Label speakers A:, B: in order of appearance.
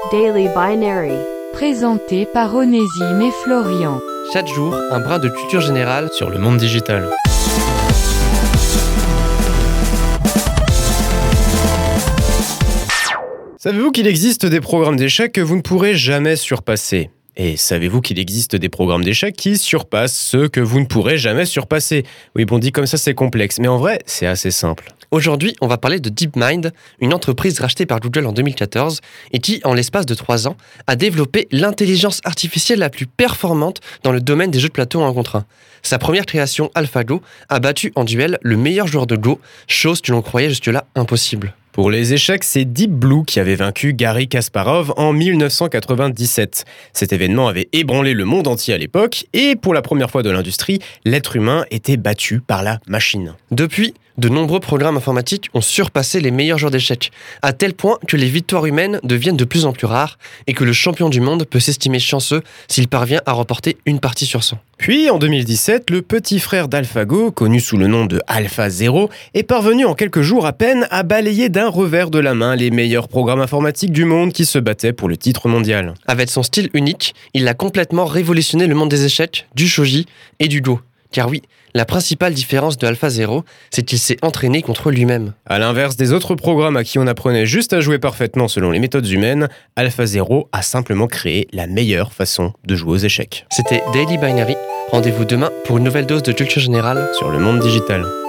A: Daily Binary.
B: Présenté par Onésime et Florian.
C: Chaque jour, un brin de culture générale sur le monde digital.
D: Savez-vous qu'il existe des programmes d'échecs que vous ne pourrez jamais surpasser ? Et savez-vous qu'il existe des programmes d'échecs qui surpassent ceux que vous ne pourrez jamais surpasser ? Oui, bon, dit comme ça, c'est complexe, mais en vrai, c'est assez simple.
C: Aujourd'hui, on va parler de DeepMind, une entreprise rachetée par Google en 2014 et qui, en l'espace de 3 ans, a développé l'intelligence artificielle la plus performante dans le domaine des jeux de plateau en 1 contre 1. Sa première création, AlphaGo, a battu en duel le meilleur joueur de Go, chose que l'on croyait jusque-là impossible.
D: Pour les échecs, c'est Deep Blue qui avait vaincu Garry Kasparov en 1997. Cet événement avait ébranlé le monde entier à l'époque et pour la première fois de l'industrie, l'être humain était battu par la machine.
C: Depuis, de nombreux programmes informatiques ont surpassé les meilleurs joueurs d'échecs, à tel point que les victoires humaines deviennent de plus en plus rares et que le champion du monde peut s'estimer chanceux s'il parvient à remporter une partie sur 100.
D: Puis en 2017, le petit frère d'AlphaGo, connu sous le nom de AlphaZero, est parvenu en quelques jours à peine à balayer d'un revers de la main les meilleurs programmes informatiques du monde qui se battaient pour le titre mondial.
C: Avec son style unique, il a complètement révolutionné le monde des échecs, du shogi et du go. Car oui, la principale différence de AlphaZero, c'est qu'il s'est entraîné contre lui-même.
D: À l'inverse des autres programmes à qui on apprenait juste à jouer parfaitement selon les méthodes humaines, AlphaZero a simplement créé la meilleure façon de jouer aux échecs.
C: C'était Daily Binary. Rendez-vous demain pour une nouvelle dose de culture générale
D: sur le monde digital.